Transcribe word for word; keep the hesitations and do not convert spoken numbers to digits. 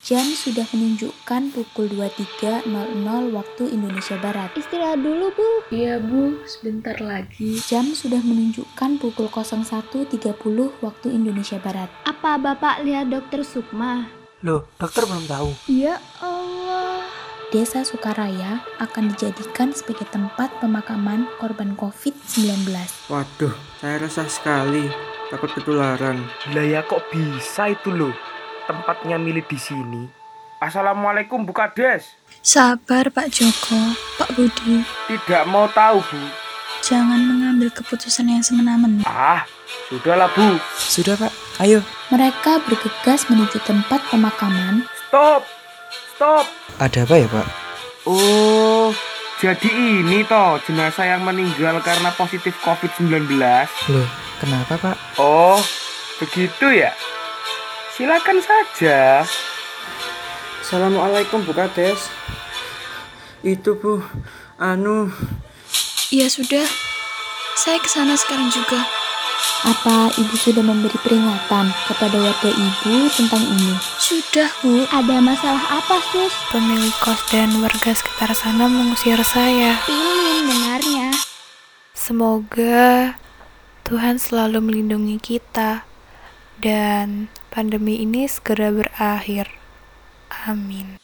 Jam sudah menunjukkan pukul dua puluh tiga nol nol waktu Indonesia Barat. Istirahat dulu, Bu. Iya, Bu. Sebentar lagi. Jam sudah menunjukkan pukul nol satu tiga puluh waktu Indonesia Barat. Apa Bapak lihat Dokter Sukma? Loh, dokter belum tahu. Ya Allah. Desa Sukaraya akan dijadikan sebagai tempat pemakaman korban covid sembilan belas. Waduh, saya resah sekali. Takut ketularan. Lah ya kok bisa itu loh? Tempatnya milih di sini. Assalamualaikum Bu Kades. Sabar Pak Joko, Pak Budi. Tidak mau tahu Bu. Jangan mengambil keputusan yang semena-mena. Ah, sudahlah Bu. Sudah Pak, ayo. Mereka bergegas menuju tempat pemakaman. Stop, stop. Ada apa ya Pak? Oh, jadi ini toh jenazah yang meninggal karena positif covid sembilan belas. Loh, kenapa Pak? Oh, begitu ya. Silakan saja. Assalamualaikum Bu Kades. Itu Bu, anu. Ya sudah, saya kesana sekarang juga. Apa ibu sudah memberi peringatan kepada warga ibu tentang ini? Sudah Bu, Ada masalah apa, Sus? pemilik kos dan warga sekitar sana mengusir saya. Pilih dengarnya. Semoga Tuhan selalu melindungi kita dan pandemi ini segera berakhir. Amin.